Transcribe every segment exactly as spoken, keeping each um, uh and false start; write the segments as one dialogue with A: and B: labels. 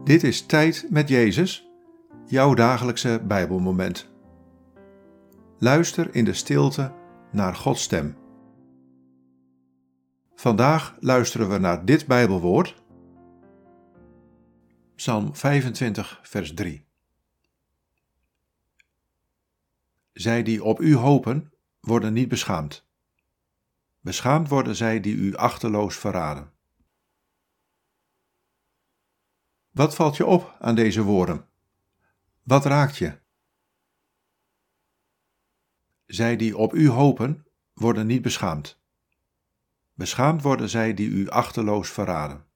A: Dit is Tijd met Jezus, jouw dagelijkse Bijbelmoment. Luister in de stilte naar Gods stem. Vandaag luisteren we naar dit Bijbelwoord, Psalm vijfentwintig, vers drie. Zij die op u hopen, worden niet beschaamd. Beschaamd worden zij die u achteloos verraden. Wat valt je op aan deze woorden? Wat raakt je? Zij die op u hopen, worden niet beschaamd. Beschaamd worden zij die u achteloos verraden.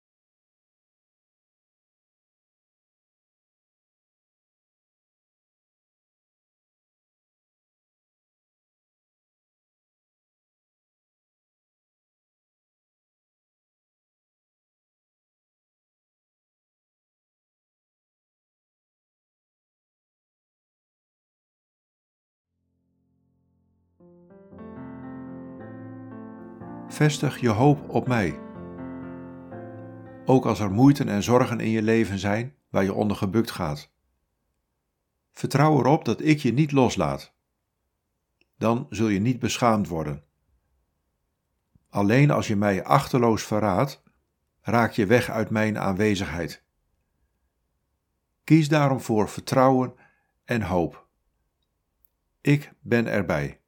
A: Vestig je hoop op mij. Ook als er moeiten en zorgen in je leven zijn waar je onder gebukt gaat. Vertrouw erop dat ik je niet loslaat. Dan zul je niet beschaamd worden. Alleen als je mij achteloos verraadt, raak je weg uit mijn aanwezigheid. Kies daarom voor vertrouwen en hoop. Ik ben erbij.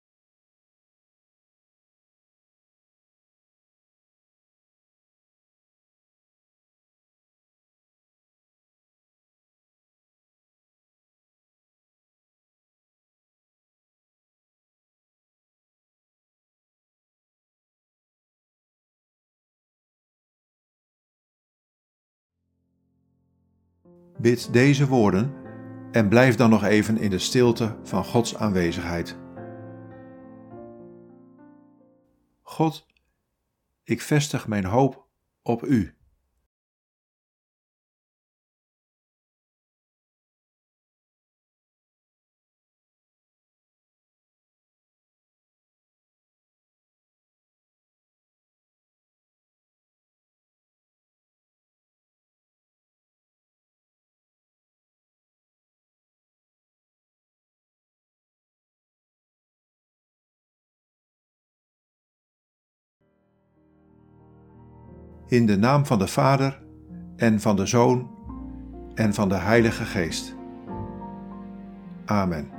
A: Bid deze woorden en blijf dan nog even in de stilte van Gods aanwezigheid. God, ik vestig mijn hoop op U. In de naam van de Vader en van de Zoon en van de Heilige Geest. Amen.